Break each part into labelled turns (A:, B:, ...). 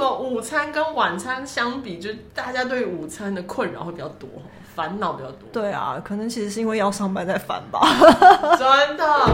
A: 么午餐跟晚餐相比，就大家对午餐的困扰会比较多，烦恼比较多？
B: 对啊，可能其实是因为要上班在烦吧。
A: 真的。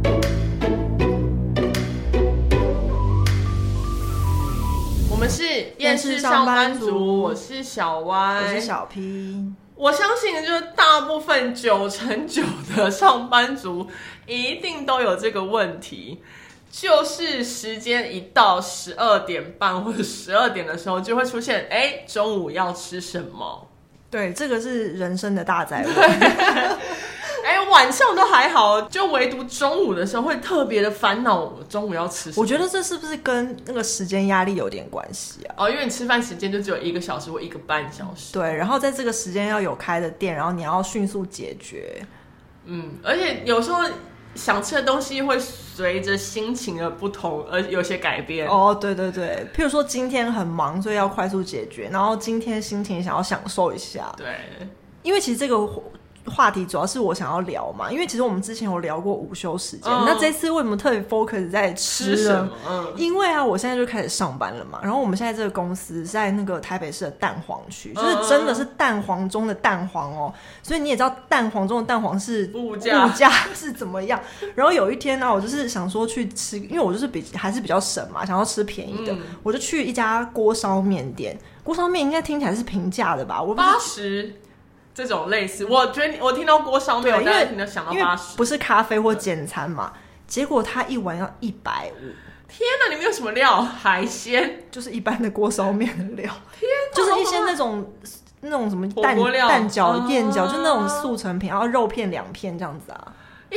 A: 我们是厌世上班族，我是小歪，
B: 我是小 P。
A: 我相信就是大部分9%的上班族一定都有这个问题，就是时间一到12点半或者12点的时候，就会出现中午要吃什么？
B: 对，这个是人生的大灾问。
A: 晚上都还好，就唯独中午的时候会特别的烦恼，中午要吃什么？
B: 我觉得这是不是跟那个时间压力有点关系啊？
A: 因为你吃饭时间就只有1个小时或1个半小时。
B: 对，然后在这个时间要有开的店，然后你要迅速解决。
A: 而且有时候想吃的东西会随着心情的不同而有些改变。
B: 对对对，譬如说今天很忙，所以要快速解决，然后今天心情想要享受一下。
A: 对，
B: 因为其实这个话题主要是我想要聊嘛，因为其实我们之前有聊过午休时间，那这次为什么特别 focus 在吃呢？因为我现在就开始上班了嘛，然后我们现在这个公司是在那个台北市的蛋黄区，就是真的是蛋黄中的蛋黄哦，所以你也知道蛋黄中的蛋黄是物价是怎么样。然后有一天呢，我就是想说去吃，因为我就是还是比较省嘛，想要吃便宜的，我就去一家锅烧面店。锅烧面应该听起来是平价的吧？我
A: 80。这种类似，我觉得我听到锅烧面，我大概听到想到80，
B: 不是咖啡或简餐嘛？结果它一碗要150。
A: 天哪，里面有什么料？海鲜？
B: 就是一般的锅烧面的料。
A: 天哪，
B: 就是一些那种什么蛋饺、燕饺，就那种速成品，然后肉片2片这样子啊。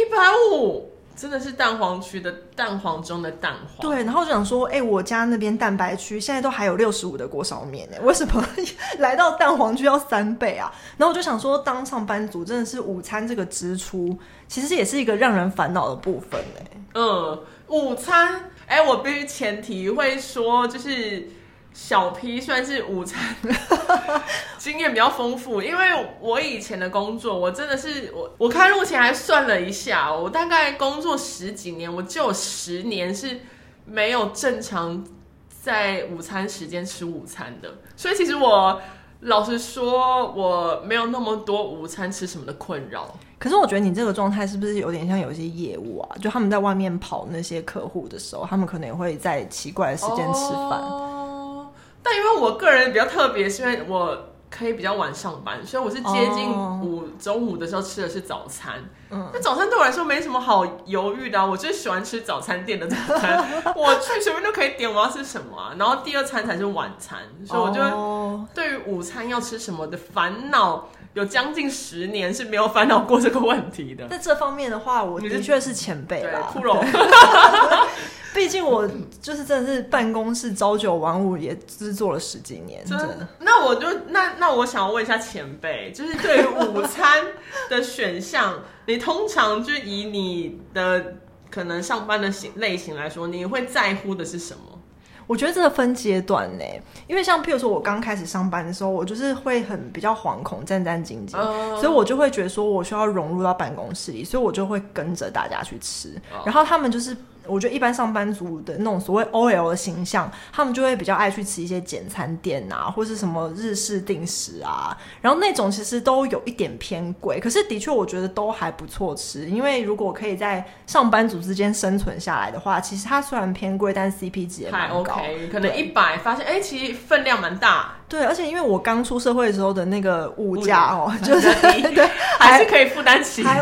A: 150。真的是蛋黄区的蛋黄中的蛋黄。
B: 对，然后我就想说，我家那边蛋白区现在都还有65的锅烧面呢，为什么来到蛋黄区要3倍啊？然后我就想说，当上班族真的是午餐这个支出，其实也是一个让人烦恼的部分呢。
A: 午餐，我必须前提会说，就是小 P 算是午餐经验比较丰富，因为我以前的工作，我真的是我开录前还算了一下，我大概工作10几年，我就有10年是没有正常在午餐时间吃午餐的，所以其实我老实说，我没有那么多午餐吃什么的困扰。
B: 可是我觉得你这个状态是不是有点像有一些业务啊？就他们在外面跑那些客户的时候，他们可能也会在奇怪的时间吃饭。
A: 但因为我个人比较特别，是因为我可以比较晚上班，所以我是接近中午的时候吃的是早餐。那早餐对我来说没什么好犹豫的我最喜欢吃早餐店的早餐，我去随便都可以点我要吃什么啊。然后第2餐才是晚餐，所以我就对于午餐要吃什么的烦恼，有将近10年是没有烦恼过这个问题的。
B: 在这方面的话，我的确是前辈啦。
A: 对，骷髅。
B: 毕竟我就是真的是办公室朝9晚5，也是做了10几年，真的。
A: 那我想要问一下前辈，就是对于午餐的选项，你通常就以你的可能上班的类型来说，你会在乎的是什么？
B: 我觉得这个分阶段呢，因为像譬如说我刚开始上班的时候，我就是会比较惶恐、战战兢兢，所以我就会觉得说我需要融入到办公室里，所以我就会跟着大家去吃，然后他们就是我觉得一般上班族的那种所谓 OL 的形象，他们就会比较爱去吃一些简餐店啊，或是什么日式定食啊，然后那种其实都有一点偏贵，可是的确我觉得都还不错吃，因为如果可以在上班族之间生存下来的话，其实它虽然偏贵，但 CP 值也蛮高，
A: 还 OK， 可能100发现其实分量蛮大。
B: 对，而且因为我刚出社会的时候的那个物价就是
A: 对还是可以负担起，
B: 还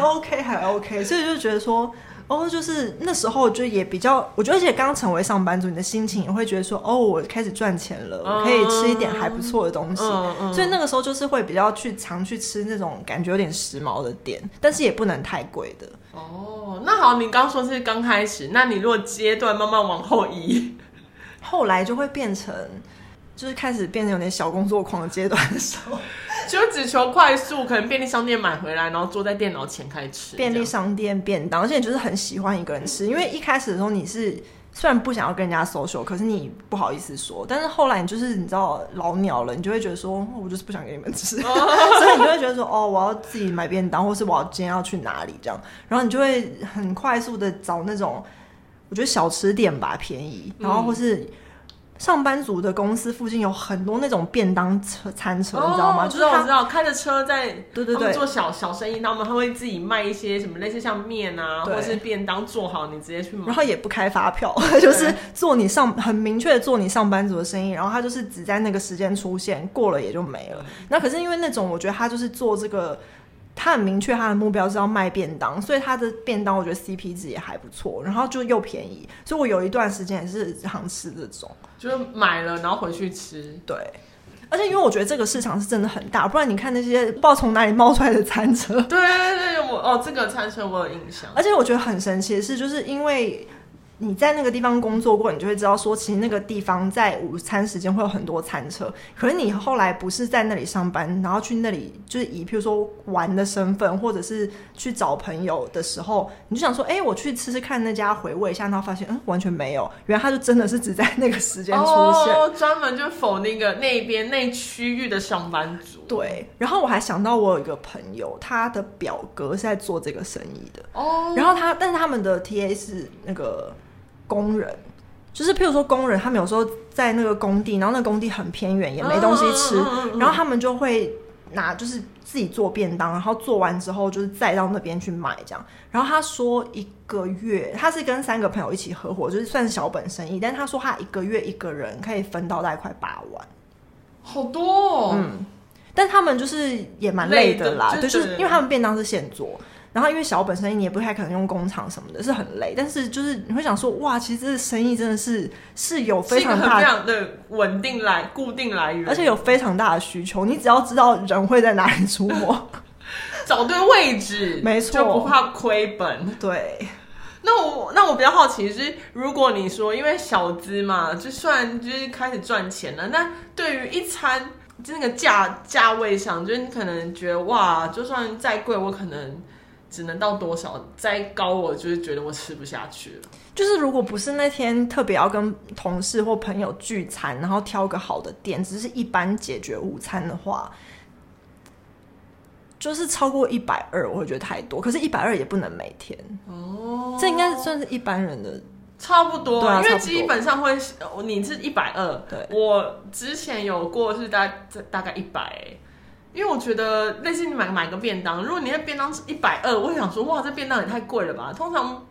B: OK， 所以就觉得说就是那时候就也比较，我觉得而且刚成为上班族，你的心情也会觉得说我开始赚钱了，我可以吃一点还不错的东西，所以那个时候就是会比较常去吃那种感觉有点时髦的店，但是也不能太贵的。
A: 那好，你刚说是刚开始，那你如果阶段慢慢往后移，
B: 后来就会变成就是开始变成有点小工作狂的阶段的时候，
A: 就只求快速，可能便利商店买回来，然后坐在电脑前开始吃。
B: 便利商店便当，而且你就是很喜欢一个人吃，因为一开始的时候你是虽然不想要跟人家 social， 可是你不好意思说，但是后来你就是你知道老鸟了，你就会觉得说我就是不想给你们吃，所以你就会觉得说我要自己买便当，或是我今天要去哪里这样，然后你就会很快速的找那种我觉得小吃店吧便宜，然后或是上班族的公司附近有很多那种便当餐车，你知道吗？
A: 就是我知道，开着车在
B: 对
A: 做小生意，他们会自己卖一些什么类似像面啊，或者是便当做好，你直接去买，
B: 然后也不开发票，就是做你很明确的做你上班族的生意，然后他就是只在那个时间出现，过了也就没了。那可是因为那种我觉得他就是做这个。他很明确他的目标是要卖便当，所以他的便当我觉得 CP 值也还不错，然后就又便宜，所以我有一段时间也是常吃这种，
A: 就是买了然后回去吃。
B: 对，而且因为我觉得这个市场是真的很大，不然你看那些不知道从哪里冒出来的餐车。
A: 对，这个餐车我有印象。
B: 而且我觉得很神奇的是，就是因为你在那个地方工作过，你就会知道说，其实那个地方在午餐时间会有很多餐车。可是你后来不是在那里上班，然后去那里就是以譬如说玩的身份，或者是去找朋友的时候，你就想说，我去吃吃看那家，回味一下，然后发现完全没有，原来他就真的是只在那个时间出现，
A: 专门就否那边那区域的上班族。
B: 对，然后我还想到我有一个朋友，他的表哥是在做这个生意的然后但是他们的 TA 是那个工人，就是譬如说工人他们有时候在那个工地，然后那个工地很偏远也没东西吃然后他们就会拿就是自己做便当，然后做完之后就是再到那边去卖这样。然后他说一个月他是跟3个朋友一起合伙，就是算是小本生意，但是他说他一个月一个人可以分到大概快8万，
A: 好多
B: 但他们就是也蛮累的啦，
A: 对，
B: 就是因为他们便当是现做，然后因为小本生意你也不太可能用工厂什么的，是很累，但是就是你会想说哇，其实这生意真的是有非常大
A: 非常的稳定固定来源，
B: 而且有非常大的需求，你只要知道人会在哪里出没
A: 找对位置，
B: 没错，
A: 就不怕亏本。
B: 对。
A: 那我比较好奇是，如果你说因为小资嘛，就算就是开始赚钱了，那对于一餐就那个价位上，就是你可能觉得哇，就算再贵，我可能只能到多少，再高我就是觉得我吃不下去了。
B: 就是如果不是那天特别要跟同事或朋友聚餐，然后挑个好的店，只是一般解决午餐的话，就是超过120我会觉得太多，可是120也不能每天这应该算是一般人的
A: 差不多，因为基本上会你是120，
B: 对，
A: 我之前有过是大概100因为我觉得类似你买个便当，如果你的便当是120，我会想说哇，这便当也太贵了吧。通常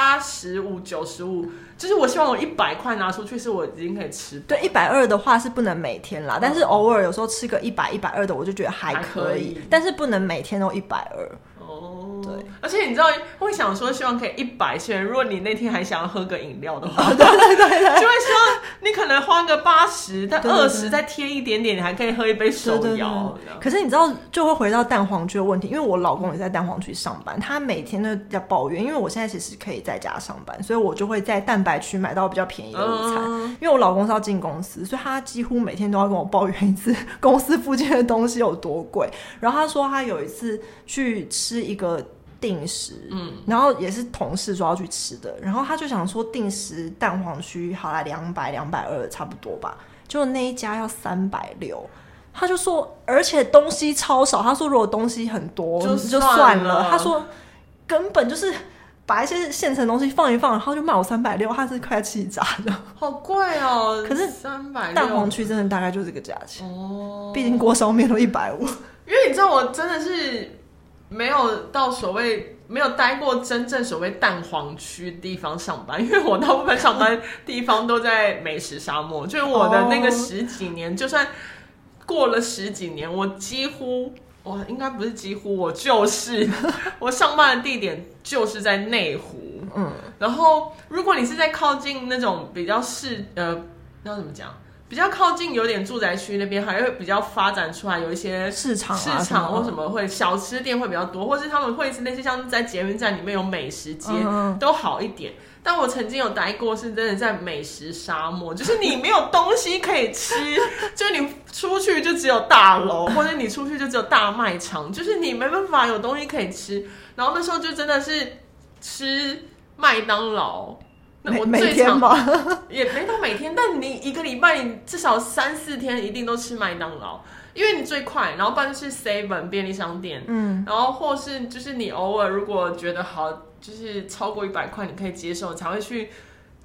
A: 85、95，就是我希望我100块拿出去是我已经可以吃。
B: 对，120的话是不会每天啦，但是偶尔有时候吃个100、120的，我就觉得还可以，但是不能每天都120。对，
A: 而且你知道会想说希望可以100钱，如果你那天还想要喝个饮料的话
B: 对，
A: 就会希望你可能花个80，但20再贴一点点，你还可以喝一杯手摇。
B: 可是你知道就会回到蛋黄区的问题，因为我老公也在蛋黄区上班，他每天都在抱怨，因为我现在其实可以在家上班，所以我就会在蛋白区买到比较便宜的午餐因为我老公是要进公司，所以他几乎每天都要跟我抱怨一次公司附近的东西有多贵。然后他说他有一次去吃一个定时然后也是同事说要去吃的，然后他就想说定时蛋黄区好啦200、220差不多吧，结果那一家要360，他就说而且东西超少，他说如果东西很多就算了，他说根本就是把一些现成的东西放一放，然后就卖我360，他是快气炸的，
A: 好贵哦。
B: 可是
A: 360
B: 蛋黄区真的大概就这个价钱毕竟锅烧面都150。
A: 因为你知道我真的是没有到没有待过真正所谓蛋黄区的地方上班，因为我大部分上班地方都在美食沙漠，就是我的那个10几年就算过了10几年，我几乎应该不是几乎，我就是我上班的地点就是在内湖然后如果你是在靠近那种比较要怎么讲，比较靠近有点住宅区那边，还会比较发展出来有一些
B: 市场
A: 或什么会小吃店会比较多，或是他们会是类似像在捷运站里面有美食街都好一点。但我曾经有待过是真的在美食沙漠，就是你没有东西可以吃就是你出去就只有大楼，或者你出去就只有大卖场，就是你没办法有东西可以吃。然后那时候就真的是吃麦当劳，我
B: 每天吗？
A: 也没到每天，但你一个礼拜你至少3、4天一定都吃麦当劳，因为你最快。然后不然就是 Seven 便利商店，然后或是就是你偶尔如果觉得好，就是超过100块你可以接受，才会去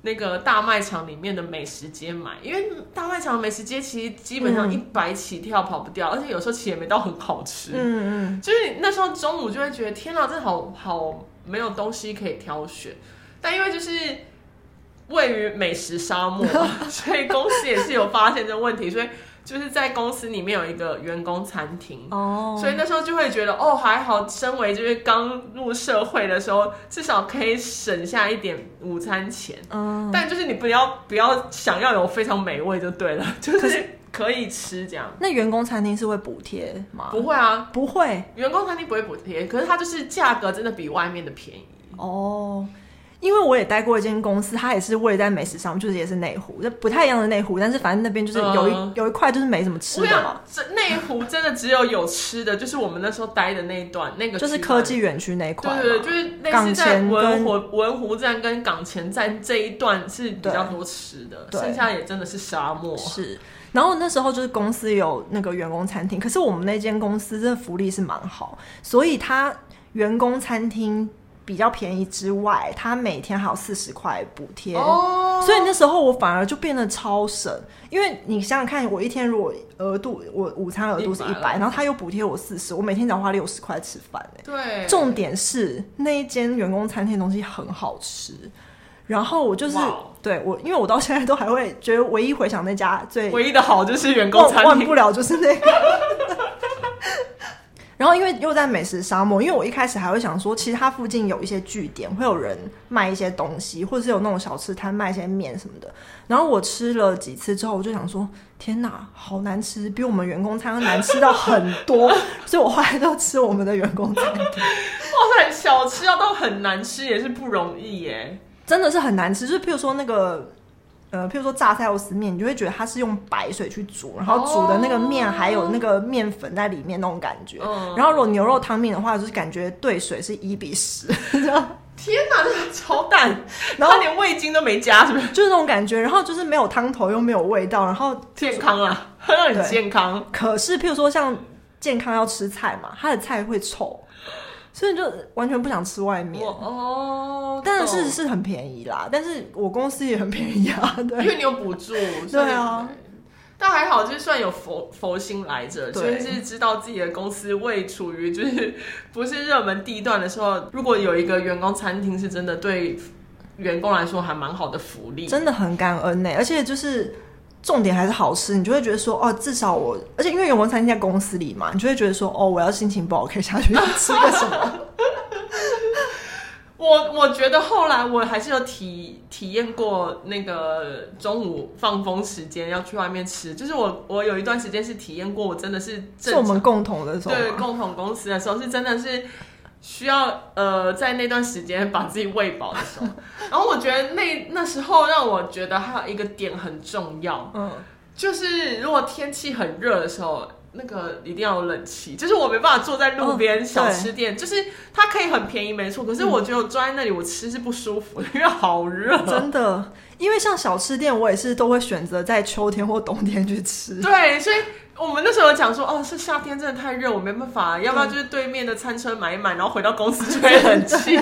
A: 那个大卖场里面的美食街买，因为大卖场的美食街其实基本上100起跳跑不掉，而且有时候其实也没到很好吃。就是那时候中午就会觉得天哪，真的好没有东西可以挑选。但因为就是位于美食沙漠，所以公司也是有发现这个问题，所以就是在公司里面有一个员工餐厅，所以那时候就会觉得还好，身为就是刚入社会的时候，至少可以省下一点午餐钱。但就是你不要想要有非常美味就对了，就是可以吃这样。
B: 那员工餐厅是会补贴吗？
A: 不会啊，
B: 不会，
A: 员工餐厅不会补贴，可是它就是价格真的比外面的便宜。
B: 因为我也待过一间公司，它也是位在美食上，就是也是内湖，就不太一样的内湖，但是反正那边就是有一块就是没什么吃的嘛。
A: 内湖真的只有吃的，就是我们那时候待的那一段，那个
B: 就是科技园区那一块，
A: 对，就是类似在文湖站跟港前站这一段是比较多吃的，剩下也真的是沙漠。
B: 是，然后那时候就是公司有那个员工餐厅，可是我们那间公司真的福利是蛮好，所以它员工餐厅比较便宜之外，他每天还有40块补贴，所以那时候我反而就变得超省。因为你想想看，我一天如果我午餐额度是100，然后他又补贴我40，我每天只要花60块吃饭。
A: 对，
B: 重点是那一间员工餐厅的东西很好吃，然后我就是对我，因为我到现在都还会觉得唯一回想那家唯
A: 一的好就是员工餐厅，
B: 忘不了就是那个。然后因为又在美食沙漠，因为我一开始还会想说，其实它附近有一些据点，会有人卖一些东西，或者是有那种小吃摊卖一些面什么的。然后我吃了几次之后，我就想说，天哪，好难吃，比我们员工餐难吃到很多。所以我后来都吃我们的员工餐厅。
A: 哇塞，小吃要到很难吃也是不容易耶，
B: 真的是很难吃。就是譬如说那个。譬如说榨菜肉丝面，你就会觉得它是用白水去煮，然后煮的那个面还有那个面粉在里面那种感觉。然后如果牛肉汤面的话，就是感觉兑水是1:10。
A: 天哪，这个超淡，然后连味精都没加，是不是？
B: 就是那种感觉，然后就是没有汤头又没有味道，然后
A: 健康啊，让你健康。
B: 可是譬如说像健康要吃菜嘛，它的菜会臭。所以就完全不想吃外面但是很便宜啦，但是我公司也很便宜啊，对，
A: 因为你有补助，
B: 对啊。
A: 但还好，就是算有佛心来着，就是知道自己的公司位处于就是不是热门地段的时候，如果有一个员工餐厅，是真的对员工来说还蛮好的福利，
B: 真的很感恩而且就是重点还是好吃，你就会觉得说至少我，而且因为员工餐厅在公司里嘛，你就会觉得说我要心情不好可以下去吃个什么。
A: 我觉得后来我还是有体验过那个中午放风时间要去外面吃，就是我有一段时间是体验过，我真的是
B: 我们共同的时候，
A: 对，共同公司的时候是真的是需要在那段时间把自己喂饱的时候。然后我觉得那时候让我觉得还有一个点很重要，就是如果天气很热的时候，那个一定要有冷气，就是我没办法坐在路边小吃店，就是它可以很便宜没错，可是我觉得我坐在那里我吃是不舒服的，因为好热，
B: 真的。因为像小吃店我也是都会选择在秋天或冬天去吃，
A: 对，所以我们那时候有讲说是夏天真的太热我没办法，要不要就是对面的餐车买一买，然后回到公司吹冷气。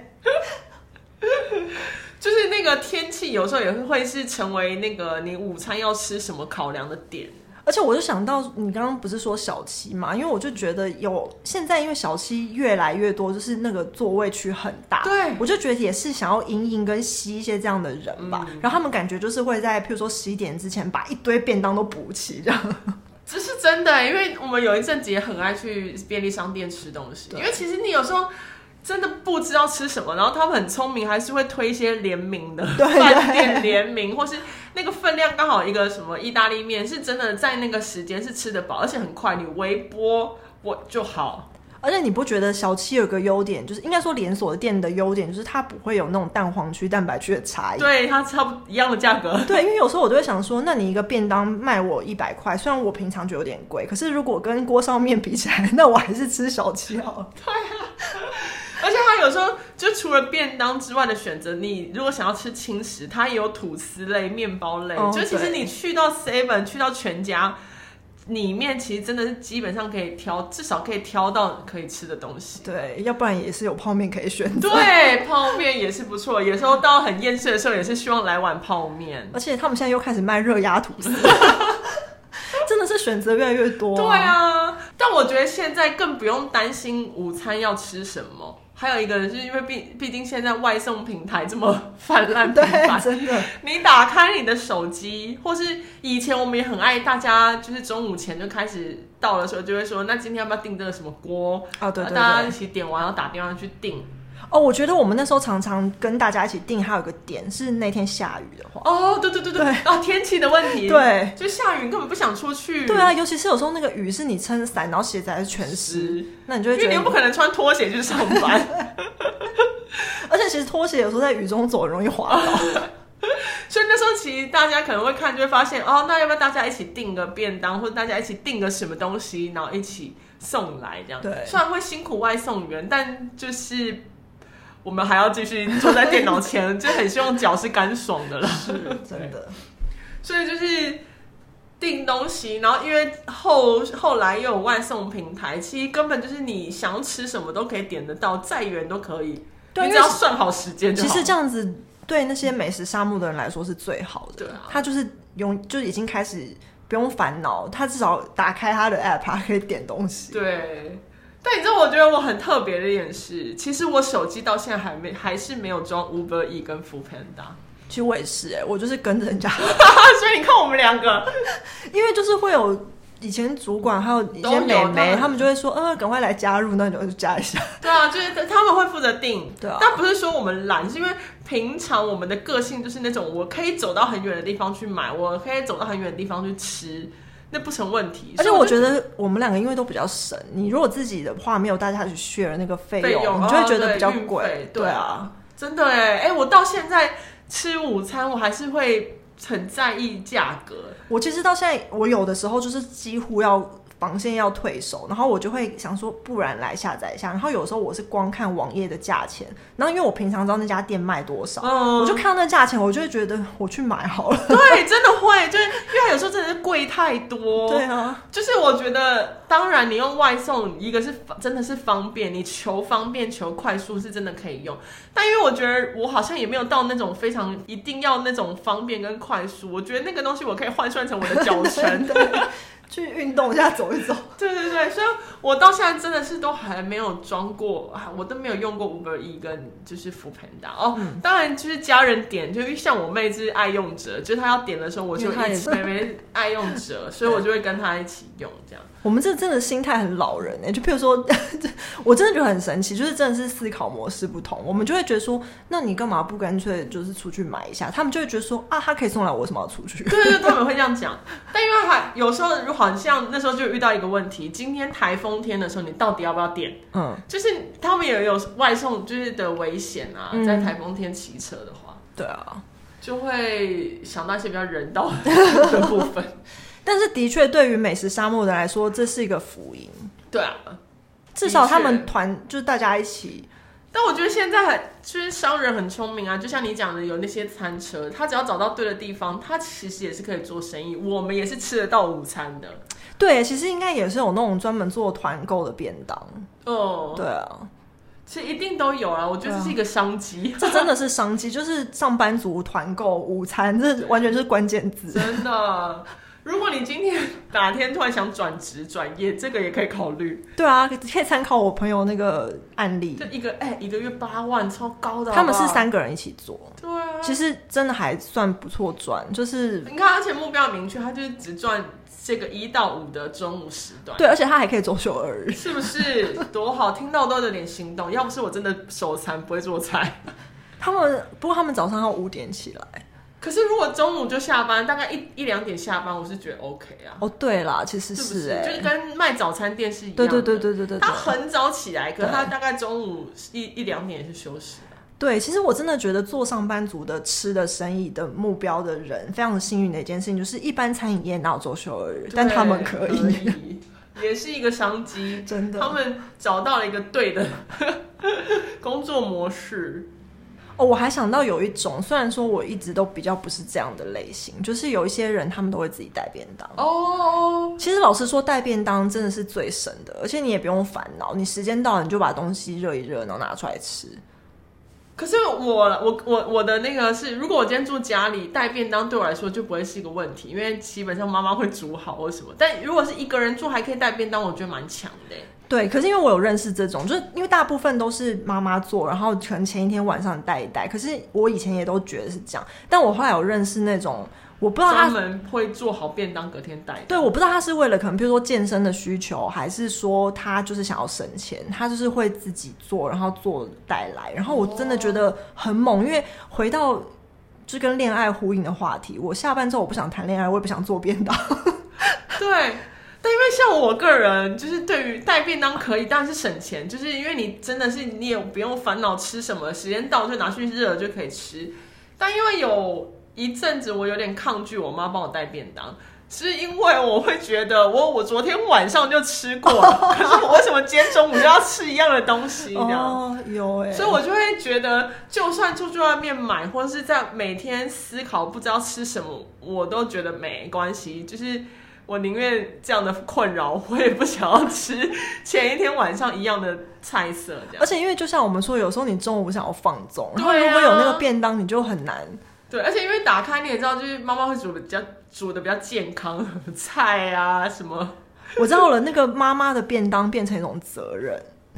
A: 就是那个天气有时候也会是成为那个你午餐要吃什么考量的点。
B: 而且我就想到你刚刚不是说小七嘛，因为我就觉得现在因为小七越来越多，就是那个座位区很大，
A: 对，
B: 我就觉得也是想要迎跟吸一些这样的人吧，然后他们感觉就是会在譬如说11点之前把一堆便当都补齐这样。
A: 这是真的，因为我们有一阵子也很爱去便利商店吃东西，因为其实你有时候真的不知道吃什么，然后他们很聪明，还是会推一些联名的饭店联名，或是那个分量刚好一个什么意大利面，是真的在那个时间是吃得饱，而且很快，你微波就好。
B: 而且你不觉得小七有个优点，就是应该说连锁的店的优点，就是它不会有那种蛋黄区、蛋白区的差异。
A: 对，它差不多一样的价格。
B: 对，因为有时候我都会想说，那你一个便当卖我100块，虽然我平常觉得有点贵，可是如果跟锅烧面比起来，那我还是吃小七好了。
A: 对啊。而且它有时候就除了便当之外的选择，你如果想要吃轻食，它也有吐司类、面包类。就其实你去到 Seven、去到全家， 里面其实真的是基本上可以挑，至少可以挑到可以吃的东西。
B: 对，要不然也是有泡面可以选择。
A: 对，泡面也是不错。有时候到很厌世的时候，也是希望来碗泡面。
B: 而且他们现在又开始卖热压吐司，真的是选择越来越多。
A: 对啊，但我觉得现在更不用担心午餐要吃什么。还有一个是因为毕竟现在外送平台这么泛滥频繁，
B: 真的，
A: 你打开你的手机，或是以前我们也很爱大家，就是中午前就开始到的时候就会说，那今天要不要订这个什么锅？
B: 对，
A: 大家一起点完，然后打电话去订。
B: 我觉得我们那时候常常跟大家一起订，还有一个点是那天下雨的话。
A: 对，天气的问题。
B: 对，
A: 就下雨，你根本不想出去。
B: 对啊，尤其是有时候那个雨是你撑伞，然后鞋子还是全湿，那你就会觉得，
A: 因为你又不可能穿拖鞋去上班。
B: 而且其实拖鞋有时候在雨中走很容易滑倒。
A: 所以那时候其实大家可能会看，就会发现那要不要大家一起订个便当，或者大家一起订个什么东西，然后一起送来这样。
B: 对，
A: 虽然会辛苦外送员，但就是我们还要继续坐在电脑前，就很希望脚是干爽的了。
B: 是真的。
A: 所以就是订东西，然后因为后来又有外送平台，其实根本就是你想要吃什么都可以点得到，再远都可以。对，你只要算好时间就好。
B: 其实这样子对那些美食沙漠的人来说是最好的。
A: 对啊，
B: 他就已经开始不用烦恼，他至少打开他的 app， 他可以点东西。
A: 对。但你知道，我觉得我很特别的一点是，其实我手机到现在还是没有装 Uber E 跟 Foodpanda。
B: 其实我也是我就是跟着人家，所
A: 以你看我们两个，
B: 因为就是会有以前主管还有一些美眉，他们就会说，赶快来加入，那你就加一下。
A: 对啊，就是他们会负责订，
B: 对啊。
A: 但不是说我们懒，是因为平常我们的个性就是那种，我可以走到很远的地方去买，我可以走到很远的地方去吃。那不成问题，
B: 而且我觉得我们两个因为都比较省，你如果自己的话没有大家去 share 那个费用，你就会觉得比较贵。对啊，
A: 真的我到现在吃午餐我还是会很在意价格。
B: 我其实到现在，我有的时候就是几乎要防线要退手，然后我就会想说，不然来下载一下。然后有时候我是光看网页的价钱，然后因为我平常知道那家店卖多少，我就看到那价钱，我就会觉得我去买好了。
A: 对，真的会，就是因为它有时候真的是贵太多。
B: 对啊，
A: 就是我觉得，当然你用外送，一个是真的是方便，你求方便求快速是真的可以用。但因为我觉得我好像也没有到那种非常一定要那种方便跟快速，我觉得那个东西我可以换算成我的脚程。
B: 去运动一下，走一走。
A: 对，所以我到现在真的是都还没有装过，我都没有用过 Uber E 跟就是 Foodpanda。当然就是家人点，就像我妹是爱用者，就是她要点的时候，我就一起妹妹爱用者，所以我就会跟她一起用这样。
B: 我们这真的心态很老人就譬如说，我真的觉得很神奇，就是真的是思考模式不同，我们就会觉得说，那你干嘛不干脆就是出去买一下？他们就会觉得说，他可以送来，我为什么要出去？
A: 对，他们会这样讲。但因为有时候好像那时候就遇到一个问题，今天台风天的时候，你到底要不要点？就是他们也有外送就是的危险啊，在台风天骑车的话，
B: 对啊，
A: 就会想到一些比较人道的部分。
B: 但是的确，对于美食沙漠的来说，这是一个福音。
A: 对啊，
B: 至少他们就是大家一起。
A: 但我觉得现在就是商人很聪明啊，就像你讲的，有那些餐车，他只要找到对的地方，他其实也是可以做生意。我们也是吃得到午餐的。
B: 对，其实应该也是有那种专门做团购的便当。对啊。
A: 其实一定都有啊，我觉得这是一个商机。
B: 这真的是商机，就是上班族团购午餐，这完全是关键字。
A: 真的。如果你今天哪天突然想转职转业，这个也可以考虑。
B: 对啊，可以参考我朋友那个案例，
A: 就一个月8万，超高的好不好。
B: 他们是3个人一起做。
A: 对啊，
B: 其实真的还算不错赚，就是
A: 你看，而且目标明确，他就是只赚这个1到5的中午时段。
B: 对，而且他还可以周休2日，
A: 是不是多好？听到都有点心动。要不是我真的手残不会做菜，
B: 不过他们早上要5点起来。
A: 可是如果中午就下班，大概1、2点下班，我是觉得 OK 啊。
B: 对啦，其实是
A: 就是跟卖早餐店是一样的。
B: 对，
A: 他很早起来，可是他大概中午1、2点也是休息。
B: 对，其实我真的觉得做上班族的吃的生意的目标的人，非常幸运的一件事情，就是一般餐饮业哪有周休2日，但他们可以，
A: 也是一个商机。
B: 真的，
A: 他们找到了一个对的工作模式。
B: 哦，我还想到有一种，虽然说我一直都比较不是这样的类型，就是有一些人他们都会自己带便当。
A: 哦，
B: 其实老实说，带便当真的是最省的，而且你也不用烦恼，你时间到了你就把东西热一热，然后拿出来吃。
A: 可是我的那个是，如果我今天住家里，带便当对我来说就不会是一个问题，因为基本上妈妈会煮好或什么。但如果是一个人住还可以带便当，我觉得蛮强的。
B: 对，可是因为我有认识这种，就是因为大部分都是妈妈做，然后可能前一天晚上带一带。可是我以前也都觉得是这样，但我后来有认识那种，我不知道他
A: 专门会做好便当隔天带。
B: 对，我不知道他是为了可能比如说健身的需求，还是说他就是想要省钱，他就是会自己做，然后做带来。然后我真的觉得很猛，因为回到就跟恋爱呼应的话题，我下班之后我不想谈恋爱，我也不想做便当。
A: 对。但因为像我个人，就是对于带便当可以，当然是省钱，就是因为你真的是你也不用烦恼吃什么，时间到就拿去热了就可以吃。但因为有一阵子我有点抗拒我妈帮我带便当，是因为我会觉得我昨天晚上就吃过了，可是我为什么今天中午就要吃一样的东西呢？
B: 哦，有
A: 所以我就会觉得，就算出去外面买，或者是在每天思考不知道吃什么，我都觉得没关系，就是我宁愿这样的困扰，我也不想要吃前一天晚上一样的菜色这样。
B: 而且因为就像我们说，有时候你中午想要放纵，然后如果有那个便当，你就很难。
A: 对，而且因为打开你也知道，就是妈妈会煮的比较健康，菜啊什么。
B: 我知道了，那个妈妈的便当变成一种责任。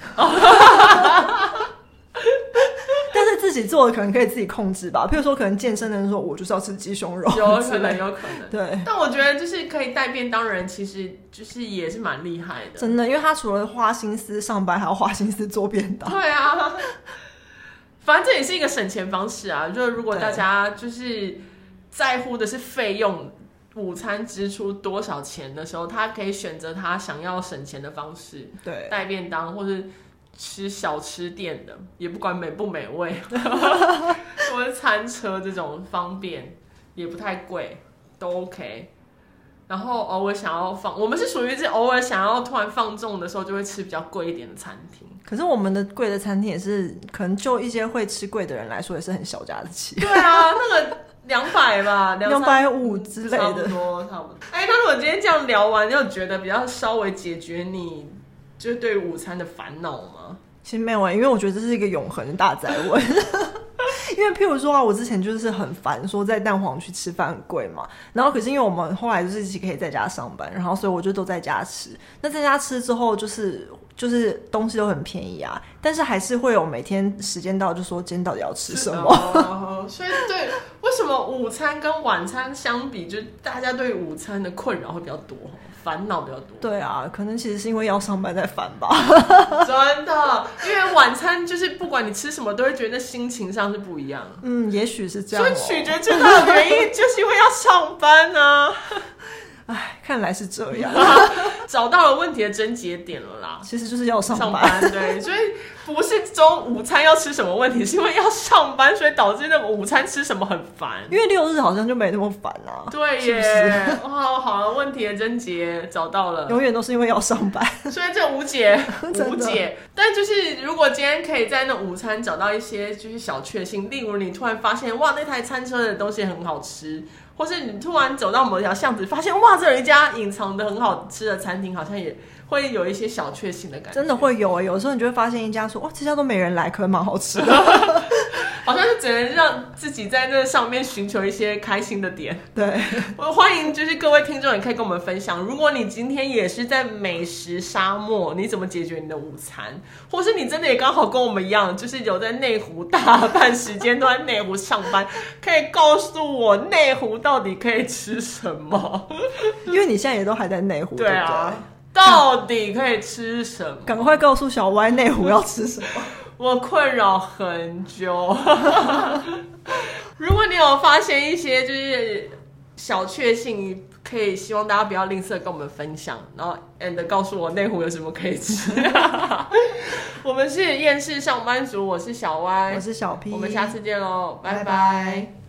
B: 但是自己做的可能可以自己控制吧，譬如说可能健身的人说我就是要吃鸡胸肉，
A: 有可能
B: 对。
A: 但我觉得就是可以带便当的人其实就是也是蛮厉害的，
B: 真的，因为他除了花心思上班还要花心思做便当。
A: 对啊，反正这也是一个省钱方式啊，就是如果大家就是在乎的是费用，午餐支出多少钱的时候，他可以选择他想要省钱的方式，
B: 对，
A: 带便当或是吃小吃店的，也不管美不美味，或者餐车这种方便，也不太贵，都 OK。然后偶尔想要我们是属于是偶尔想要突然放纵的时候，就会吃比较贵一点的餐厅。
B: 可是我们的贵的餐厅也是，可能就一些会吃贵的人来说，也是很小家子气。
A: 对啊，那个200吧
B: ，250之类的，
A: 差不多。哎，那如果今天这样聊完，你有觉得比较稍微解决你就是对于午餐的烦恼吗？
B: 其实没有因为我觉得这是一个永恒的大哉问。因为譬如说啊，我之前就是很烦说在蛋黄去吃饭很贵嘛，然后可是因为我们后来就是一起可以在家上班，然后所以我就都在家吃。那在家吃之后就是东西都很便宜啊，但是还是会有每天时间到就说今天到底要吃什么。
A: 所以对，为什么午餐跟晚餐相比，就大家对午餐的困扰会比较多，烦恼比较多？
B: 对啊，可能其实是因为要上班在烦吧。
A: 真的，因为晚餐就是不管你吃什么，都会觉得心情上是不一样。
B: 也许是这样。
A: 所以取决最大的原因就是因为要上班啊。
B: 哎，看来是这样。
A: 找到了问题的症结点了啦，
B: 其实就是要上
A: 班。对，所以不是午餐要吃什么问题，是因为要上班，所以导致那个午餐吃什么很烦。
B: 因为6日好像就没那么烦啊。
A: 对耶，是不是？好了，问题的症结找到了，
B: 永远都是因为要上班，
A: 所以这无解。但就是如果今天可以在那午餐找到一些就是小确幸，例如你突然发现哇那台餐车的东西很好吃。或是你突然走到某条巷子，发现哇，这有一家隐藏的很好吃的餐厅，好像也会有一些小确幸的感觉。
B: 真的会有有时候你就会发现一家说，哇，这家都没人来，可能蛮好吃的。
A: 好像是只能让自己在这上面寻求一些开心的点。
B: 对，
A: 我欢迎就是各位听众也可以跟我们分享，如果你今天也是在美食沙漠，你怎么解决你的午餐？或是你真的也刚好跟我们一样，就是有在内湖大半时间都在内湖上班，可以告诉我内湖到底可以吃什么？
B: 因为你现在也都还在内湖，
A: 对啊，到底可以吃什么？
B: 赶快告诉小歪内湖要吃什么。
A: 我困扰很久。如果你有发现一些就是小确幸，可以希望大家不要吝啬跟我们分享，然后 告诉我内湖有什么可以吃。我们是厌世上班族，我是小歪，
B: 我是小 P，
A: 我们下次见喽，拜拜。